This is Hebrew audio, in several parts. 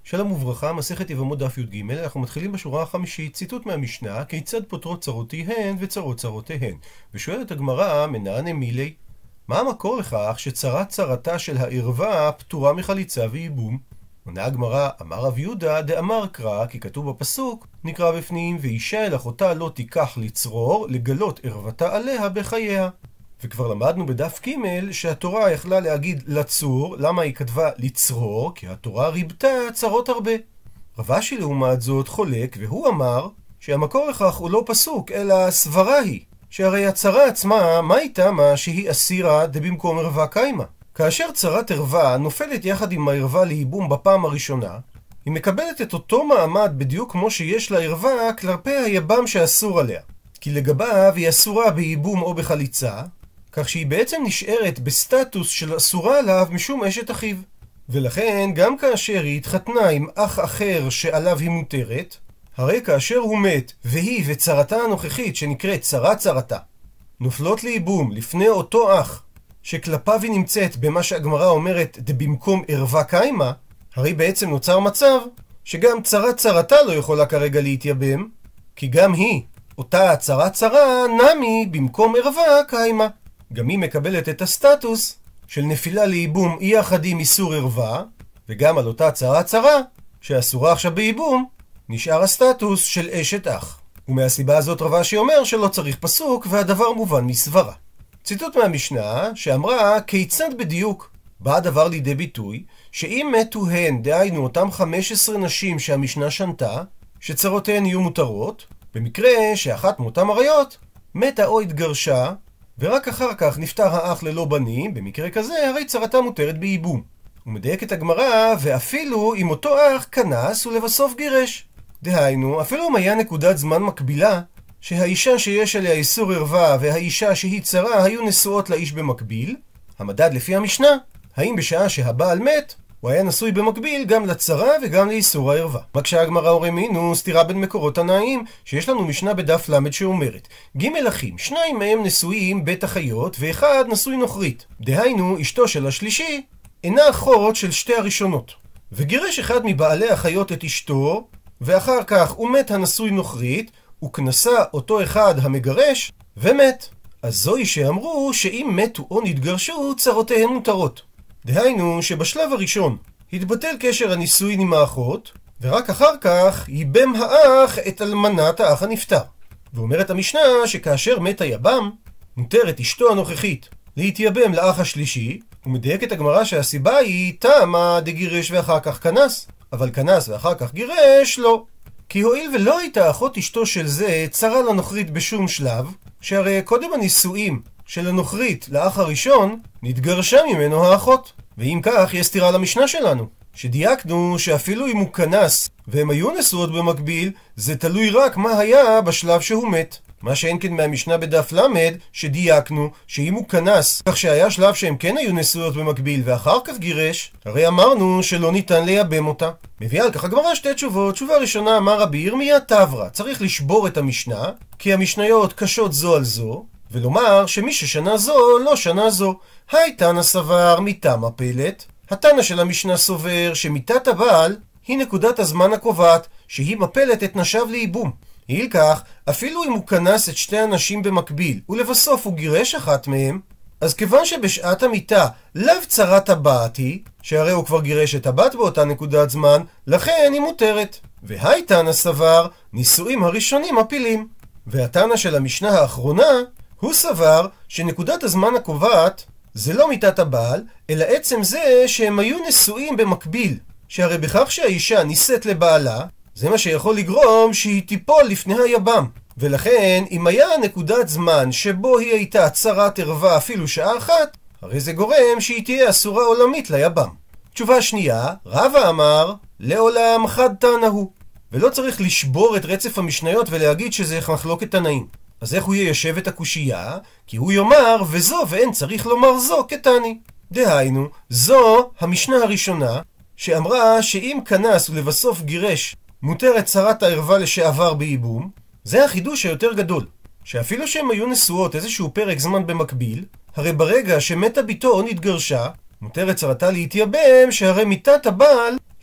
שלום וברכה, מסכת יבמות דף י"ג, אנחנו מתחילים בשורה החמישית, ציטוט מהמשנה, כיצד פותרות צרותיהן וצרות צרותיהן. ושואלת הגמרא, מנענה מילי, מה המקור לכך שצרת צרתה של הערווה פטורה מחליצה וייבום? עונה הגמרא, אמר רב יהודה דאמר קרא, כי כתוב בפסוק, נקרא בפנים, ואישה אל אחותה לא תיקח לצרור, לגלות ערוותה עליה בחייה. וכבר למדנו בדף ג' שהתורה יכלה להגיד לצור, למה היא כתבה לצרור? כי התורה ריבתה צרות הרבה. רב אשי לעומת זאת חולק, והוא אמר שהמקור לכך הוא לא פסוק, אלא סברה היא, שהרי הצרה עצמה, מה איתה מה שהיא אסירה דבמקום ערווה קיימה? כאשר צרת ערווה נופלת יחד עם הערווה לייבום בפעם הראשונה, היא מקבלת את אותו מעמד בדיוק כמו שיש לה ערווה כלפי היבם שאסור עליה. כי לגביו היא אסורה בייבום או בחליצה, כך שהיא בעצם נשארת בסטטוס של אסורה עליו משום אשת אחיו. ולכן גם כאשר היא התחתנה עם אח אחר שעליו היא מותרת, הרי כאשר הוא מת והיא וצרתה הנוכחית שנקראת צרת צרתה נופלות לייבום לפני אותו אח שכלפיו היא נמצאת במה שהגמרא אומרת דבמקום ערווה קיימה, הרי בעצם נוצר מצב שגם צרת צרתה לא יכולה כרגע להתייבם, כי גם היא, אותה צרת צרה, נמי במקום ערווה קיימה. גם היא מקבלת את הסטטוס של נפילה לייבום יחד עם איסור ערווה, וגם על אותה צרת צרה שאסורה עכשיו בייבום נשאר הסטטוס של אשת אח. ומהסיבה הזאת רב אשי אומר שלא צריך פסוק, והדבר מובן מסברה. ציטוט מהמשנה שאמרה כיצד בדיוק בא הדבר לידי ביטוי שאם מתו הן, דהיינו אותם 15 נשים שהמשנה שנתה, שצרותיהן יהיו מותרות, במקרה שאחת מאותם עריות מתה או התגרשה ורק אחר כך נפטר האח ללא בנים, במקרה כזה הרי צרתה מותרת בייבום. הוא מדייק את הגמרא, ואפילו אם אותו אח כנס ולבסוף גירש. דהיינו, אפילו אם היה נקודת זמן מקבילה שהאישה שיש עליה איסור ערווה והאישה שהיא צרה היו נשואות לאיש במקביל, המדד לפי המשנה, האם בשעה שהבעל מת הוא היה נשוי במקביל גם לצרה וגם לאיסור הערווה. מקשה הגמרא הורמינו סתירה בין מקורות תנאים, שיש לנו משנה בדף למד שאומרת ג' אחים, שניים מהם נשואים בית החיות ואחד נשוי נוכרית, דהיינו אשתו של השלישי אינה אחות של שתי הראשונות, וגירש אחד מבעלי החיות את אשתו, ואחר כך הוא מת הנשוי נוכרית וכנסה אותו אחד המגרש ומת. אז זוהי שאמרו שאם מתו או נתגרשו צרותיהם מותרות. דהיינו שבשלב הראשון התבטל קשר הנישואין עם האחות, ורק אחר כך ייבם האח את אלמנת האח הנפטר. ואומרת המשנה שכאשר מת היבם, מותרת אשתו הנוכחית להתייבם לאח השלישי, ומדייקת הגמרא שהסיבה היא תמה דגירש ואחר כך כנס, אבל כנס ואחר כך גירש לא. כי הואיל ולא הייתה אחות אשתו של זה צרה לנוכרית בשום שלב, שהרי קודם הנישואים של הנוכרית לאח הראשון נתגרשה ממנו האחות. ואם כך יש סתירה למשנה שלנו, שדייקנו שאפילו אם הוא כנס והם היו נשואות במקביל, זה תלוי רק מה היה בשלב שהוא מת. מה שאין כן מהמשנה בדף למד, שדייקנו שאם הוא כנס כך שהיה שלב שהם כן היו נשואות במקביל ואחר כך גירש, הרי אמרנו שלא ניתן לייבם אותה. מביאה על כך הגמרא שתי תשובות. תשובה ראשונה, אמר רבי ירמיה תברא, צריך לשבור את המשנה כי המשניות קשות זו על זו, ולומר שמי ששנה זו לא שנה זו. תנא סבר מיתה מפלת, התנא של המשנה סובר שמיתת הבעל היא נקודת הזמן הקובעת שהיא מפלת את נשיו לייבום. איל כך, אפילו אם הוא כנס את שתי הנשים במקביל ולבסוף הוא גירש אחת מהם, אז כיוון שבשעת המיתה לאו צרת הבת היא, שהרי הוא כבר גירש את הבת באותה נקודת זמן, לכן היא מותרת. תנא סבר נישואים הראשונים מפילים. והתנא של המשנה האחרונה הוא סבר שנקודת הזמן הקובעת זה לא מיתת הבעל, אלא עצם זה שהם היו נשואים במקביל, שהרי בכך שהאישה נישאת לבעלה, זה מה שיכול לגרום שהיא תיפול לפני היבם. ולכן אם היה נקודת זמן שבו היא הייתה צרת ערווה אפילו שעה אחת, הרי זה גורם שהיא תהיה אסורה עולמית ליבם. תשובה שנייה, רבא אמר לעולם חד תנא הוא, ולא צריך לשבור את רצף המשניות ולהגיד שזה מחלוקת תנאים. אז איך הוא יישב את הקושייה? כי הוא יאמר וזו ואין צריך לומר זו כתני. דהיינו, זו המשנה הראשונה שאמרה שאם כנס ולבסוף גירש מותרת צרת הערווה לשעבר בייבום. זה החידוש היותר גדול, שאפילו שהם היו נשואות איזשהו פרק זמן במקביל, הרי ברגע שמתה ביתו או נתגרשה, מותרת צרתה להתייבם, שהרי מיתת הבעל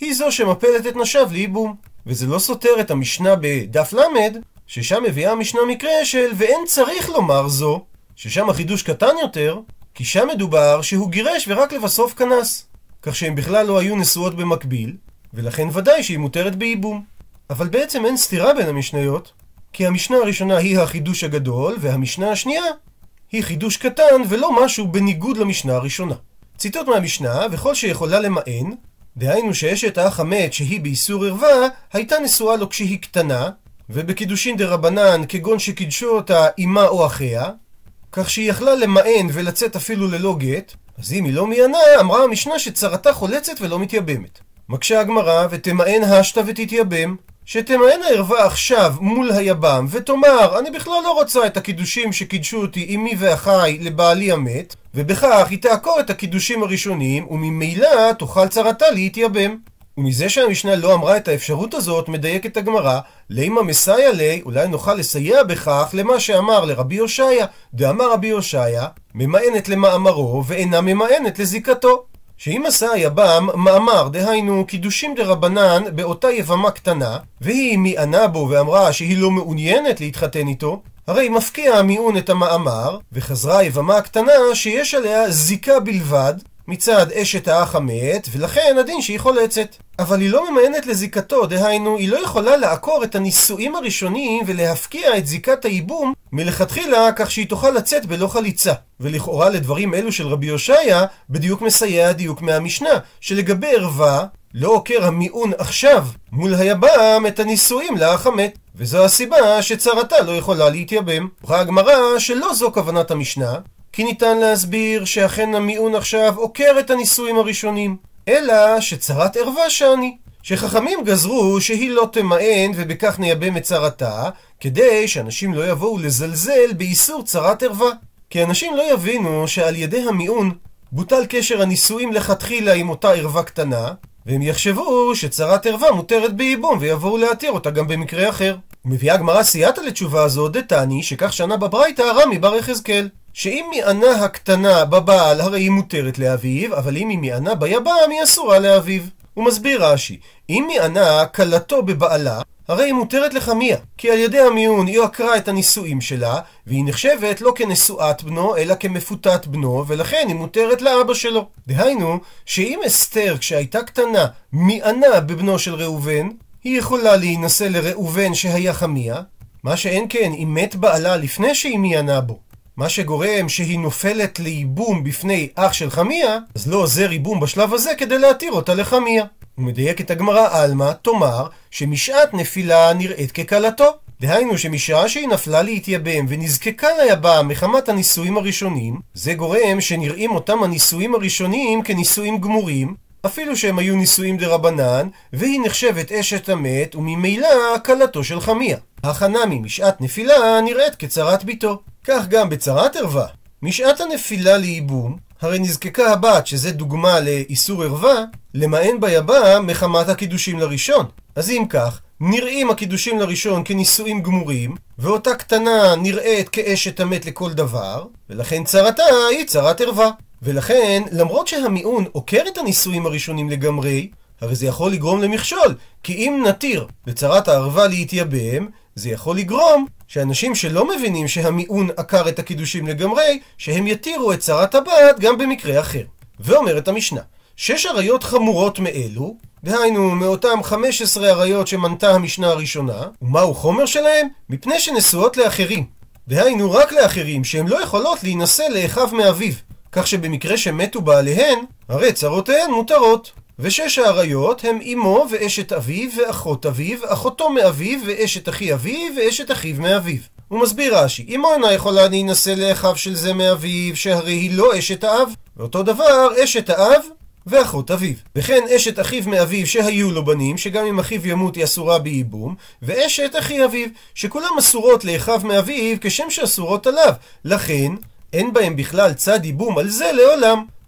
היא זו שמפלת את נשיו לייבום. וזה לא סותר את המשנה בדף למד, ששם מביאה המשנה מקרה של ואין צריך לומר זו, ששם החידוש קטן יותר, כי שם מדובר שהוא גירש ורק לבסוף כנס, כך שהם בכלל לא היו נשואות במקביל, ולכן ודאי שהיא מותרת בייבום. אבל בעצם אין סתירה בין המשניות, כי המשנה הראשונה היא החידוש הגדול, והמשנה השנייה היא חידוש קטן ולא משהו בניגוד למשנה הראשונה. ציטוט מהמשנה, וכל שיכולה למען, דהיינו שאשת האח המת שהיא באיסור ערווה, הייתה נשואה לו כשהיא קטנה, ובקידושין דרבנן כגון שקידשו אותה אמה או אחיה, כך שהיא יכלה למען ולצאת אפילו ללא גט, אז אם היא לא מיינה, אמרה המשנה שצרתה חולצת ולא מתייבמת. מקשה הגמרא, ותמען השתה ותתייבם, שתמען הערווה עכשיו מול היבם, ותאמר, אני בכלל לא רוצה את הקידושים שקידשו אותי אמי ואחי לבעלי המת, ובכך היא תעקור את הקידושים הראשונים, וממילא תוכל צרתה להתייבם. ומזה שהמשנה לא אמרה את האפשרות הזאת, מדייקת הגמרא, לימה מסייע לי, אולי נוכל לסייע בכך למה שאמר לרבי הושעיה. דאמר רבי הושעיה, ממאנת למאמרו ואינה ממאנת לזיקתו. שאם עשה היבם מאמר, דהיינו קידושים דרבנן באותה יבמה קטנה, והיא מיענה בו ואמרה שהיא לא מעוניינת להתחתן איתו, הרי מפקיע המיעון את המאמר, וחזרה היבמה הקטנה שיש עליה זיקה בלבד, מצד אשת האח המת, ולכן הדין שהיא חולצת. אבל היא לא ממאנת לזיקתו, דהיינו היא לא יכולה לעקור את הנישואים הראשונים ולהפקיע את זיקת הייבום מלכתחילה, כך שהיא תוכל לצאת בלא חליצה. ולכאורה לדברים אלו של רבי הושעיה בדיוק מסייע הדיוק מהמשנה, שלגבי ערווה לא עוקר המיעון עכשיו מול היבם את הנישואים לאח המת, וזו הסיבה שצרתה לא יכולה להתייבם. הוכחה הגמרא שלא זו כוונת המשנה, כי ניתן להסביר שאכן המיעון עכשיו עוקר את הנישואים הראשונים, אלא שצרת ערווה שאני, שחכמים גזרו שהיא לא תמען ובכך נייבם את צרתה, כדי שאנשים לא יבואו לזלזל באיסור צרת ערווה. כי אנשים לא יבינו שעל ידי המיעון בוטל קשר הנישואים לכתחילה עם אותה ערווה קטנה, והם יחשבו שצרת ערווה מותרת בייבום ויבואו להתיר אותה גם במקרה אחר. ומביאה הגמרא סייעתא לתשובה זו דתני, שכך שנה בברייתא רמי בר יחזקאל, שאם מיענה הקטנה בבעל הרי היא מותרת לאביו, אבל אם היא מיענה ביבם היא אסורה לאביו. הוא מסביר רש"י, אם מיענה כלתו בבעלה, הרי היא מותרת לחמיה, כי על ידי המיעון היא עקרה את הנישואים שלה, והיא נחשבת לא כנשואת בנו, אלא כמפותת בנו, ולכן היא מותרת לאבא שלו. דהיינו, שאם אסתר כשהייתה קטנה מיענה בבנו של ראובן, היא יכולה להינשא לראובן שהיה חמיה, מה שאין כן אם מת בעלה לפני שהיא מיענה בו, מה שגורם שהיא נופלת לייבום בפני אח של חמיה, אז לא עוזר ייבום בשלב הזה כדי להתיר אותה לחמיה. הוא מדייק את הגמרא עלמא, תאמר שמשעת נפילה נראית ככלתו. דהיינו שמשעה שהיא נפלה להתייבם ונזקקה ליבם מחמת הנישואים הראשונים, זה גורם שנראים אותם הנישואים הראשונים כנישואים גמורים, אפילו שהם היו נישואים דרבנן, והיא נחשבת אשת המת וממילא כלתו של חמיה. החנמי משעת נפילה נראית כצרת ביתו. כך גם בצרת ערווה, משעת הנפילה לייבום, הרי נזקקה הבת, שזה דוגמה לאיסור ערווה, למען ביבם מחמת הקידושים לראשון. אז אם כך, נראים הקידושים לראשון כנישואים גמורים, ואותה קטנה נראית כאשת המת לכל דבר, ולכן צרתה היא צרת ערווה. ולכן, למרות שהמיעון עוקר את הנישואים הראשונים לגמרי, הרי זה יכול לגרום למכשול, כי אם נתיר לצרת הערווה להתייבם, זה יכול לגרום שאנשים שלא מבינים שהמיעון עקר את הקידושים לגמרי, שהם יתירו את צרת הבת גם במקרה אחר. ואומרת המשנה, 6 עריות חמורות מאלו, דהיינו מאותם 15 עריות שמנתה המשנה הראשונה, ומהו חומר שלהם? מפני שנשואות לאחרים. דהיינו רק לאחרים שהם לא יכולות להינשא לאחיו מאביו, כך שבמקרה שמתו בעליהן, הרי צרותיהן מותרות. ו6 העריות הם אמו ואשת אביו ואחות אביו, אחותו מאביו ואשת אחי אביו ואשת אחיו מאביו. הוא מסביר רש"י, אמו אינה יכולה להינשא לאחיו של זה מאביו, שהרי היא לא אשת האב, ואותו דבר אשת האב ואחות אביו. וכן אשת אחיו מאביו שהיו לו בנים, שגם אם אחיו ימות היא אסורה בייבום, ואשת אחי אביו, שכולם אסורות לאחיו מאביו כשם שאסורות עליו, לכן אין בהם בכלל צד ייבום על זה לעולם.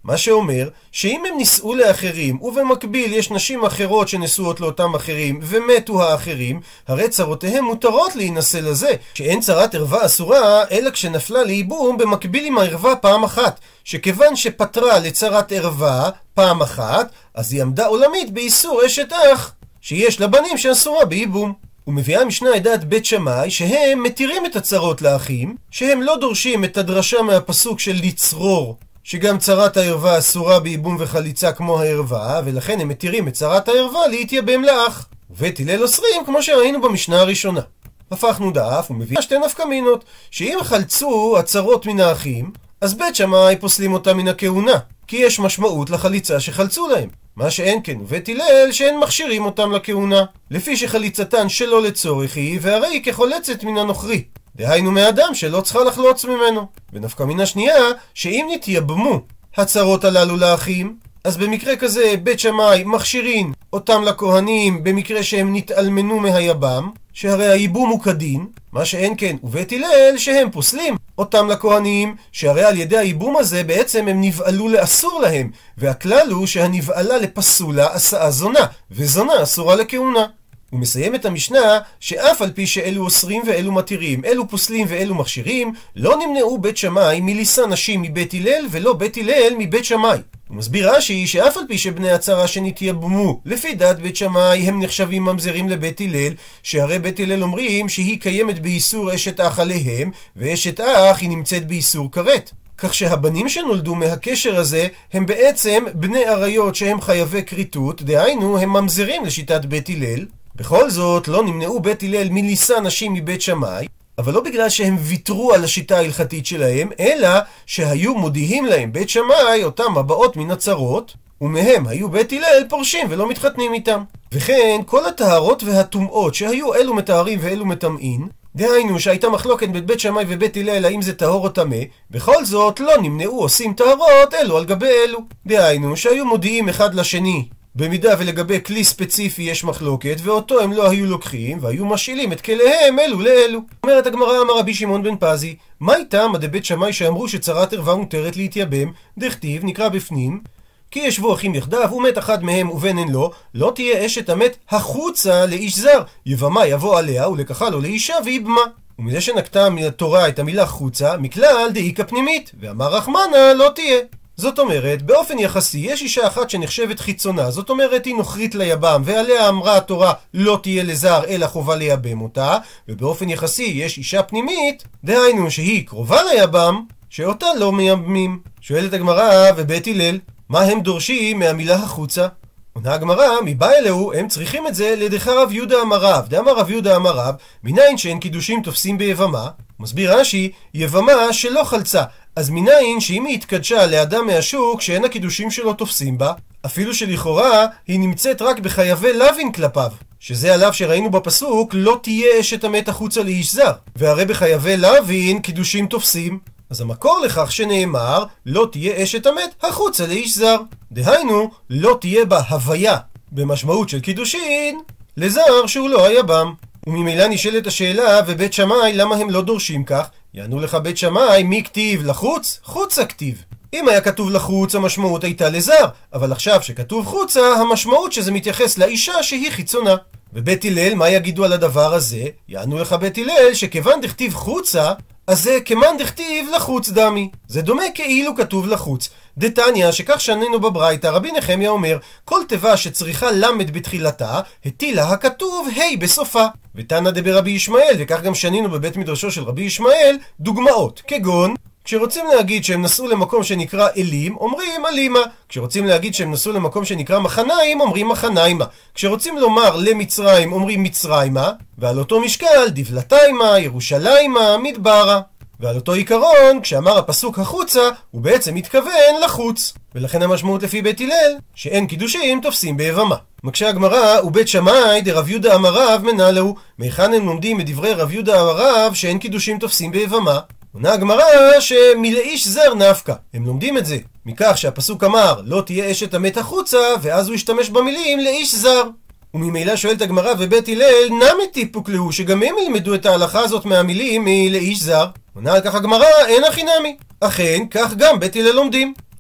מה שאומר שאם הם נישאו לאחרים ובמקביל יש נשים אחרות שנשואות לאותם אחרים ומתו האחרים, הרי צרותיהם מותרות להינשא לזה, שאין צרת ערווה אסורה אלא כשנפלה לייבום במקביל עם הערווה פעם אחת, שכיוון שפטרה לצרת ערווה פעם אחת, אז היא עמדה עולמית באיסור אשת אח שיש לבנים שאסורה בייבום. ומביאה המשנה את דעת בית שמאי שהם מתירים את הצרות לאחים, שהם לא דורשים את הדרשה מהפסוק של לצרור, שגם צרת הערווה אסורה בייבום וחליצה כמו הערווה, ולכן הם מתירים את צרת הערווה להתייבם לאח. ובית הלל אוסרים כמו שראינו במשנה הראשונה. הפכנו דף ומביאה שתי נפקא מינות, שאם חלצו הצרות מן האחים, אז בית שמאי פוסלים אותה מן הכהונה, כי יש משמעות לחליצה שחלצו להם. מה שאין כן ובית הלל שאין מכשירים אותם לכהונה, לפי שחליצתן שלא לצורך היא, והרי היא כחולצת מן הנוכרי, דהיינו מאדם שלא צריכה לחלוץ ממנו. ונפקא מינה שנייה, שאם נתייבמו הצרות הללו לאחים, אז במקרה כזה בית שמאי מכשירים אותם לכהנים במקרה שהם נתאלמנו מהיבם, שהרי הייבום הוא כדין, מה שאין כן ובית הלל שהם פוסלים אותם לכהנים, שהרי על ידי הייבום הזה בעצם הם נבעלו לאסור להם, והכלל הוא שהנבעלה לפסולה עשה זונה, וזונה אסורה לכהונה. הוא מסיים את המשנה שאף על פי שאלו אוסרים ואלו מתירים, אלו פוסלים ואלו מכשירים, לא נמנעו בית שמאי מלישא נשים מבית הלל ולא בית הלל מבית שמאי. הוא מסביר רש"י שאף על פי שבני הצרה שנתייבמו לפי דעת בית שמאי הם נחשבים ממזרים לבית הלל, שהרי בית הלל אומרים שהיא קיימת באיסור אשת אח עליהם, ואשת אח היא נמצאת באיסור כרת, כך שהבנים שנולדו מהקשר הזה הם בעצם בני עריות שהם חייבי כריתות, דהיינו הם ממזרים לשיטת בית הלל. בכל זאת לא נמנעו בית הלל מלישא נשים מבית שמאי, אבל לא בגלל שהם ויתרו על השיטה ההלכתית שלהם, אלא שהיו מודיעים להם בית שמאי אותם הבאות מן הצרות, ומהם היו בית הלל פורשים ולא מתחתנים איתם. וכן כל הטהרות והטומאות שהיו אלו מטהרים ואלו מטמאים, דהיינו שהייתה מחלוקת בין בית שמאי ובית הלל האם זה טהור או טמא, בכל זאת לא נמנעו עושים טהרות אלו על גבי אלו, דהיינו שהיו מודיעים אחד לשני במידה ולגבי כלי ספציפי יש מחלוקת, ואותו הם לא היו לוקחים, והיו משאילים את כליהם אלו לאלו. אומרת הגמרא, אמר רבי שמעון בן פזי, מה איתם עד בית שמאי שאמרו שצרת ערווה מותרת להתייבם, דכתיב נקרא בפנים, כי ישבו אחים יחדיו, ומת אחד מהם ובן אין לו, לא תהיה אשת המת החוצה לאיש זר, יבמה יבוא עליה ולקחה לו לאישה ויבמה. ומזה שנקטה מהתורה את המילה חוצה, מכלל דאיקה פנימית, ואמר רחמנה לא תהיה. זאת אומרת, באופן יחסי יש אישה אחת שנחשבת חיצונה, זאת אומרת היא נוכרית ליבם, ועליה אמרה התורה לא תהיה לזר אלא חובה ליבם אותה, ובאופן יחסי יש אישה פנימית, דהיינו שהיא קרובה ליבם, שאותה לא מייבמים. שואלת הגמרא, ובית הלל, מה הם דורשים מהמילה החוצה? עונה הגמרא, מבא אלהו הם צריכים את זה לדחה רב יהודה אמר רב. דאמר רב יהודה אמר רב, מניין שאין קידושים תופסים ביבמה? מסביר רש"י, יבמה שלא חלצה, אז מניין שאם היא התקדשה לאדם מהשוק שאין הקידושים שלו תופסים בה, אפילו שלכאורה היא נמצאת רק בחייבי לוין כלפיו, שזה עליו שראינו בפסוק לא תהיה אשת המת החוצה לאיש זר, והרי בחייבי לוין קידושים תופסים, אז המקור לכך שנאמר לא תהיה אשת המת החוצה לאיש זר, דהיינו לא תהיה בה הוויה במשמעות של קידושין לזר שהוא לא היבם. וממילא נשאלת השאלה, ובית שמאי למה הם לא דורשים כך? יענו לך בית שמאי, מי כתיב לחוץ? חוצה כתיב. אם היה כתוב לחוץ המשמעות הייתה לזר, אבל עכשיו שכתוב חוצה המשמעות שזה מתייחס לאישה שהיא חיצונה. ובית הלל מה יגידו על הדבר הזה? יענו לך בית הלל שכיוון דכתיב חוצה, אז זה כמן דכתיב לחוץ דמי. זה דומה כאילו כתוב לחוץ. דתניא שכך שנינו בברייתא, רבי נחמיה אומר, כל תיבה שצריכה למד בתחילתה, הטילה הכתוב ה' בסופה. ותנא דברבי ישמעאל, וכך גם שנינו בבית מדרשו של רבי ישמעאל, דוגמאות, כגון, כשרוצים להגיד שהם נסעו למקום שנקרא אלים, אומרים אלימה. כשרוצים להגיד שהם נסעו למקום שנקרא מחניים, אומרים מחניימה. כשרוצים לומר למצרים, אומרים מצרימה. ועל אותו משקל, דבלתיימה, ירושלימה, מדברה. ועל אותו עיקרון, כשאמר הפסוק החוצה, הוא בעצם מתכוון לחוץ. ולכן המשמעות לפי בית הלל, שאין קידושים תופסים ביבמה. מקשה הגמרא, ובית שמאי דרב יהודה אמר רב מנהלהו, מהיכן הם לומדים מדברי רב יהודה אמר רב שאין קידושים תופסים ביבמה? עונה הגמרא שמלאיש זר נפקא. הם לומדים את זה מכך שהפסוק אמר לא תהיה אשת המת החוצה, ואז הוא השתמש במילים לאיש זר. וממילא שואלת הגמרא, ובית הלל נמי טיפוק להו, שגם הם ילמדו את ההלכה הזאת מהמילים לאיש זר? עונה על כך הגמרא, אין הכי נמי. אכן כך גם בית הלל לומדים.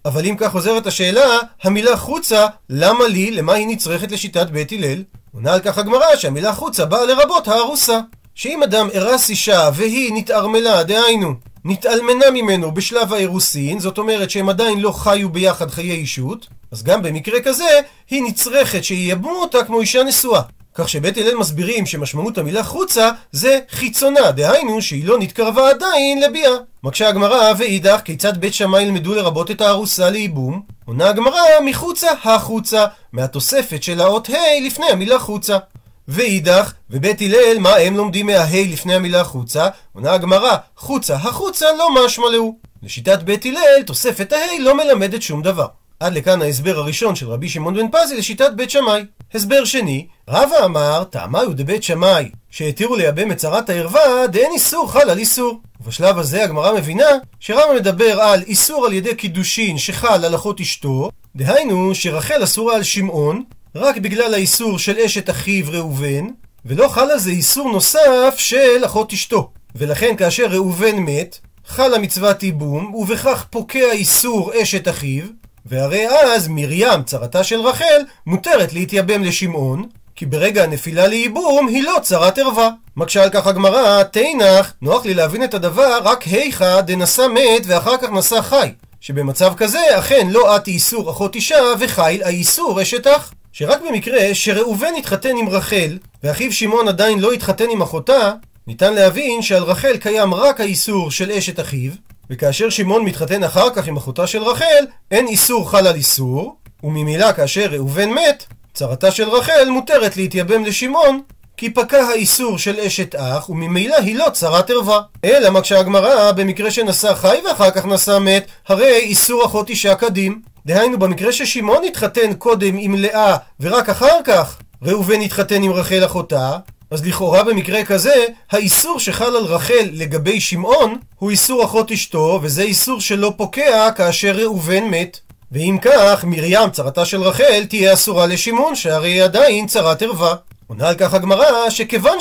אבל אם כך חוזרת השאלה, המילה חוצה, למה לי, למה היא נצרכת לשיטת בית הלל? עונה על כך הגמרא שהמילה חוצה באה לרבות הארוסה. שאם אדם ארס אישה והיא נתערמלה, דהיינו, נתעלמנה ממנו בשלב האירוסין, זאת אומרת שהם עדיין לא חיו ביחד חיי אישות, אז גם במקרה כזה היא נצרכת שייבמו אותה כמו אישה נשואה. כך שבית הלל מסבירים שמשמעות המילה חוצה זה חיצונה, דהיינו שהיא לא נתקרבה עדיין לביאה. מקשה הגמרא, ואידך כיצד בית שמאי ילמדו לרבות את הארוסה לייבום? עונה הגמרא, מחוצה החוצה, מהתוספת של האות ה' לפני המילה חוצה. ואידך, ובית הלל, מה הם לומדים מהה לפני המילה חוצה? עונה הגמרא, חוצה החוצה לא משמע לו. לשיטת בית הלל, תוספת הה לא מלמדת שום דבר. עד לכאן ההסבר הראשון של רבי שמעון בן פזי לשיטת בית שמאי. הסבר שני, רבא אמר, טעמיו דבית שמאי, שהתירו לייבם את צרת הערווה, דאין איסור חל על איסור. ובשלב הזה הגמרא מבינה שרבא מדבר על איסור על ידי קידושין שחל על אחות אשתו, דהיינו שרחל אסורה על שמעון, רק בגלל האיסור של אשת אחיו ראובן, ולא חל על זה איסור נוסף של אחות אשתו. ולכן כאשר ראובן מת, חל המצוות ייבום, ובכך פוקע איסור אשת אחיו, והרי אז מרים, צרתה של רחל, מותרת להתייבם לשמעון, כי ברגע הנפילה לייבום היא לא צרת ערווה. מקשה על כך הגמרא, תינך, נוח לי להבין את הדבר רק היכא דנשא מת ואחר כך נשא חי, שבמצב כזה אכן לא עתי איסור אחות אישה וחיל האיסור אשת אח. שרק במקרה שראובן התחתן עם רחל ואחיו שמעון עדיין לא התחתן עם אחותה, ניתן להבין שעל רחל קיים רק האיסור של אשת אחיו, וכאשר שמעון מתחתן אחר כך עם אחותה של רחל, אין איסור חל על איסור, וממילא כאשר ראובן מת, צרתה של רחל מותרת להתייבם לשמעון, כי פקע האיסור של אשת אח, וממילא היא לא צרת ערווה. אלא מקשה הגמרא, במקרה שנשא חי ואחר כך נשא מת, הרי איסור אחות אישה קדים. דהיינו, במקרה ששמעון התחתן קודם עם לאה ורק אחר כך ראובן התחתן עם רחל אחותה, אז לכאורה במקרה כזה, האיסור שחל על רחל לגבי שמעון הוא איסור אחות אשתו, וזה איסור שלא פוקע כאשר ראובן מת. ואם כך, מרים, צרתה של רחל, תהיה אסורה לשמעון, שהרי היא עדיין צרת ערווה. עונה על כך הגמרא, שכיוון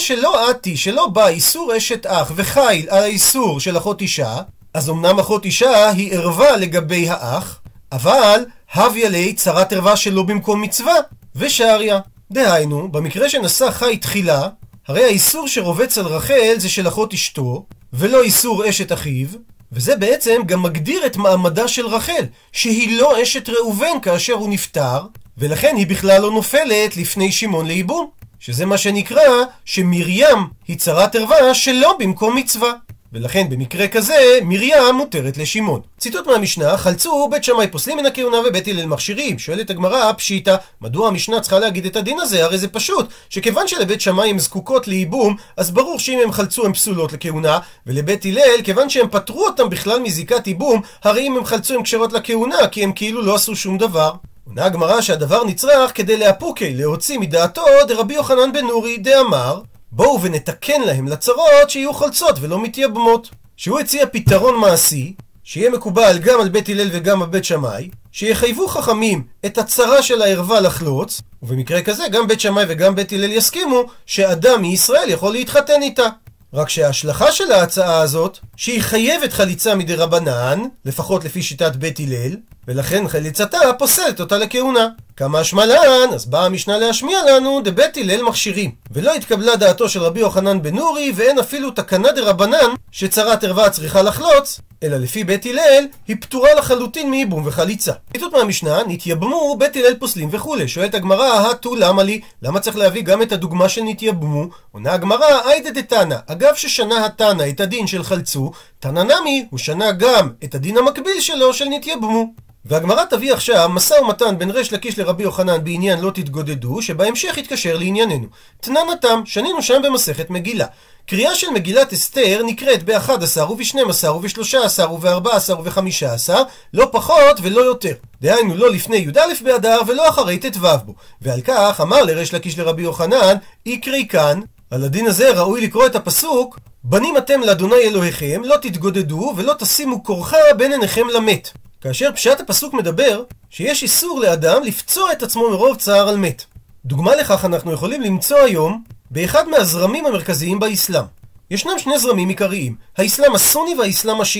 שלא בא איסור אשת אח וחיל על האיסור של אחות אישה, אז אמנם אחות אישה היא ערווה לגבי האח, אבל הביא לי צרת ערווה שלא במקום מצווה, ושריה. דהיינו, במקרה שנשא חי תחילה, הרי האיסור שרובץ על רחל זה של אחות אשתו, ולא איסור אשת אחיו, וזה בעצם גם מגדיר את מעמדה של רחל, שהיא לא אשת ראובן כאשר הוא נפטר, ולכן היא בכלל לא נופלת לפני שמעון לייבום, שזה מה שנקרא שמרים היא צרת ערווה שלא במקום מצווה. ולכן במקרה כזה מרים מותרת לשמעון. ציטוט מהמשנה, חלצו בית שמאי פוסלים מן הכהונה ובית הלל מכשירים. שואלת הגמרא, פשיטא, מדוע המשנה צריכה להגיד את הדין הזה? הרי זה פשוט, שכיוון שלבית שמאי הם זקוקות לייבום, אז ברור שאם הם חלצו הם פסולות לכהונה, ולבית הלל, כיוון שהם פטרו אותם בכלל מזיקת ייבום, הרי אם הם חלצו הם כשרות לכהונה, כי הם כאילו לא עשו שום דבר. עונה הגמרא שהדבר נצרך כדי להפוקי, להוציא מדעתו דרבי יוחנן בן נורי דאמר, בואו ונתקן להם לצרות שיהיו חלצות ולא מתייבמות. שהוא הציע פתרון מעשי, שיהיה מקובל גם על בית הלל וגם על בית שמאי, שיחייבו חכמים את הצרה של הערווה לחלוץ, ובמקרה כזה גם בית שמאי וגם בית הלל יסכימו שאדם מישראל יכול להתחתן איתה. רק שההשלכה של ההצעה הזאת, שהיא חייבת חליצה מדי רבנן, לפחות לפי שיטת בית הלל, ולכן חליצתה פוסלת אותה לכהונה. כמה השמלן, אז באה המשנה להשמיע לנו דבית הלל מכשירים. ולא התקבלה דעתו של רבי יוחנן בן נורי, ואין אפילו תקנה דרבנן שצרת ערווה צריכה לחלוץ, אלא לפי בית הלל היא פטורה לחלוטין מייבום וחליצה. ציטוט מהמשנה, נתייבמו בית הלל פוסלים וכו'. שואלת הגמרא, התו למה לי? למה צריך להביא גם את הדוגמה של נתייבמו? עונה הגמרא, איידא דתנא, אגב ששנה התנא את הדין של חלצו, תנא נמי הוא שנה גם את הדין המקביל שלו של נתייבמו. והגמרא תביא עכשיו משא ומתן בין ריש לקיש לרבי יוחנן בעניין לא תתגודדו, שבהמשך יתקשר לענייננו. תננתם, שנינו שם במסכת מגילה. קריאה של מגילת אסתר נקראת ב-11 וב-12 וב-13 וב-14 וב-15, לא פחות ולא יותר. דהיינו לא לפני י"א באדר ולא אחרי ט"ו בו. ועל כך אמר לריש לקיש לרבי יוחנן, יקרי כאן, על הדין הזה ראוי לקרוא את הפסוק, בנים אתם לאדוני אלוהיכם, לא תתגודדו ולא תשימו כורחה בין עיניכם למת. כאשר פשט הפסוק מדבר שיש איסור לאדם לפצוע את עצמו מרוב צער על מת. דוגמה לכך אנחנו יכולים למצוא היום באחד מהזרמים המרכזיים באסלאם. ישנם שני זרמים עיקריים, האסלאם הסוני והאסלאם השיעי.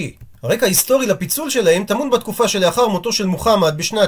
הרקע ההיסטורי לפיצול שלהם טמון בתקופה שלאחר מותו של מוחמד בשנת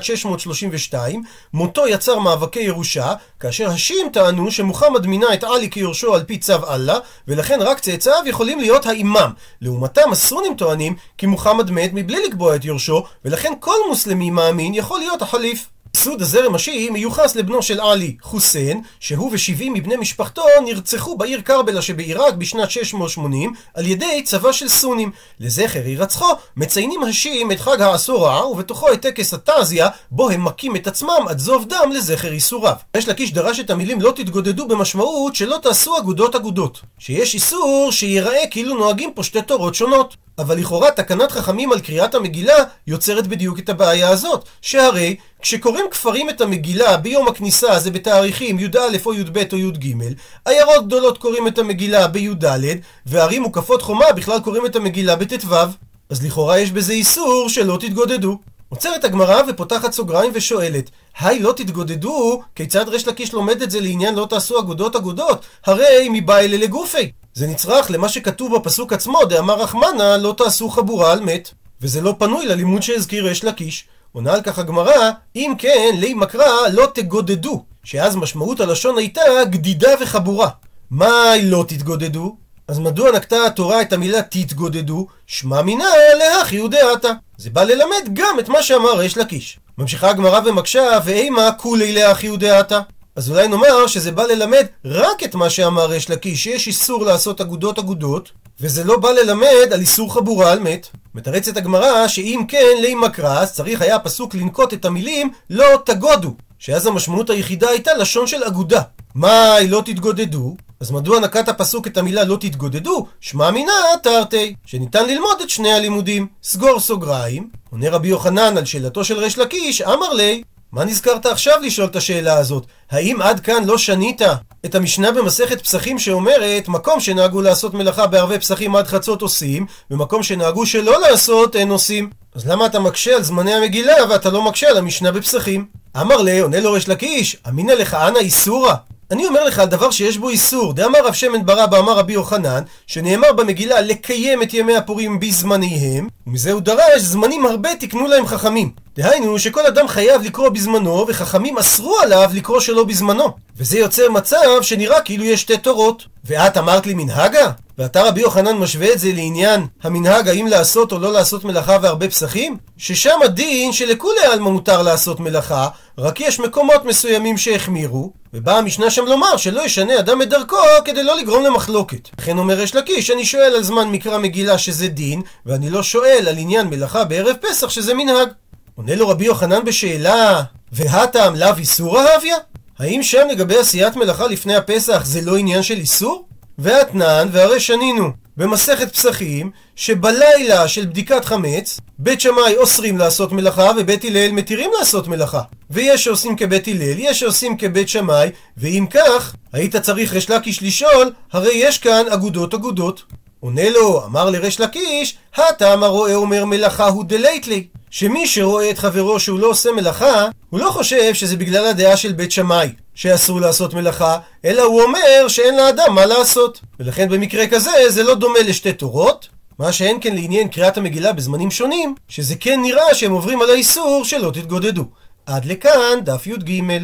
632. מותו יצר מאבקי ירושה, כאשר השיעים טענו שמוחמד מינה את עלי כיורשו על פי צו אללה, ולכן רק צאצאיו יכולים להיות האימאם. לעומתם הסונים טוענים כי מוחמד מת מבלי לקבוע את יורשו, ולכן כל מוסלמי מאמין יכול להיות החליף. סוד הזרם השיעי מיוחס לבנו של עלי, חוסיין, שהוא ו70 מבני משפחתו נרצחו בעיר קרבלה שבעיראק בשנת 680 על ידי צבא של סונים. לזכר הירצחו מציינים השיעים את חג העשורה, ובתוכו את טקס התעזיה, בו הם מכים את עצמם עד זוב דם לזכר איסוריו. ריש לקיש דרש את המילים לא תתגודדו במשמעות שלא תעשו אגודות, שיש איסור שיראה כאילו נוהגים פה שתי תורות שונות. אבל לכאורה תקנת חכמים על קריאת המגילה יוצרת בדיוק את הבעיה הזאת, שהרי כשקוראים כפרים את המגילה ביום הכניסה, זה בתאריכים י"א או י"ב או י"ג, עיירות גדולות קוראים את המגילה בי"ד, וערים מוקפות חומה בכלל קוראים את המגילה בט"ו. אז לכאורה יש בזה איסור שלא תתגודדו. עוצרת הגמרא ופותחת סוגריים ושואלת, היי לא תתגודדו, כיצד ריש לקיש לומד את זה לעניין לא תעשו אגודות? הרי מבעילה לגופי. זה נצרך למה שכתוב בפסוק עצמו, דאמר רחמנה לא תעשו חבורה על מת, וזה לא פנוי ללימוד שהזכיר ריש לקיש. עונה על כך הגמרא, אם כן לי מקרא לא תגודדו, שאז משמעות הלשון הייתה גדידה וחבורה. מה לא תתגודדו? אז מדוע נקטה התורה את המילה תתגודדו? שמע מינה להכי ודעתה. זה בא ללמד גם את מה שאמר ריש לקיש. ממשיכה הגמרא ומקשה, ואימה כולי להכי ודעתה. אז אולי נאמר שזה בא ללמד רק את מה שאמר ריש לקיש, שיש איסור לעשות אגודות, וזה לא בא ללמד על איסור חבורה על מת. מתרצת הגמרא שאם כן לי מקרא, אז צריך היה הפסוק לנקוט את המילים לא תגודו, שאז המשמעות היחידה הייתה לשון של אגודה. מה לא תתגודדו? אז מדוע נקט הפסוק את המילה לא תתגודדו? שמע מינה תרתי, שניתן ללמוד את שני הלימודים. סגור סוגריים. עונה רבי יוחנן על שאלתו של ריש לקיש, אמר לי, מה נזכרת עכשיו לשאול את השאלה הזאת? האם עד כאן לא שנית את המשנה במסכת פסחים שאומרת מקום שנהגו לעשות מלאכה בערבי פסחים עד חצות עושים, ומקום שנהגו שלא לעשות אין עושים? אז למה אתה מקשה על זמני המגילה ואתה לא מקשה על המשנה בפסחים? אמר לי, עונה לו ריש לקיש, אמינא לך אנא איסורא. אני אומר לך על דבר שיש בו איסור. דאמר רב שמן בר אבא אמר רבי יוחנן, שנאמר במגילה לקיים את ימי הפורים בזמניהם, ומזה הוא דרש זמנים הרבה תקנו להם חכמים. דהיינו שכל אדם חייב לקרוא בזמנו, וחכמים אסרו עליו לקרוא שלא בזמנו. וזה יוצר מצב שנראה כאילו יש שתי תורות. ואת אמרת לי מנהגה? ואתה רבי יוחנן משווה את זה לעניין המנהג האם לעשות או לא לעשות מלאכה והרבה פסחים? ששם הדין שלכולי עלמא מותר לעשות מלאכה, רק יש מקומות מסוימים שהחמירו, ובאה המשנה שם לומר שלא ישנה אדם את דרכו כדי לא לגרום למחלוקת. לכן אומר ריש לקיש, אני שואל על זמן מקרא מגילה שזה דין, ואני לא שואל על עניין מלאכה בערב פסח שזה מנהג. עונה לו רבי יוחנן בשאלה, והטעם לאו איסורא הוויה? האם שם לגבי עשיית מלאכה לפני הפסח זה לא עניין של איסור? והתנן, והרי שנינו במסכת פסחים שבלילה של בדיקת חמץ בית שמאי אוסרים לעשות מלאכה ובית הלל מתירים לעשות מלאכה, ויש שעושים כבית הלל, יש שעושים כבית שמאי, ואם כך היית צריך ריש לקיש לשאול, הרי יש כאן אגודות. עונה לו, אמר לריש לקיש, הטעם הרואה אומר מלאכה הוא דלית לי, שמי שרואה את חברו שהוא לא עושה מלאכה, הוא לא חושב שזה בגלל הדעה של בית שמאי שאסור לעשות מלאכה, אלא הוא אומר שאין לאדם מה לעשות. ולכן במקרה כזה זה לא דומה לשתי תורות, מה שאין כן לעניין קריאת המגילה בזמנים שונים, שזה כן נראה שהם עוברים על האיסור שלא תתגודדו. עד לכאן דף י"ג.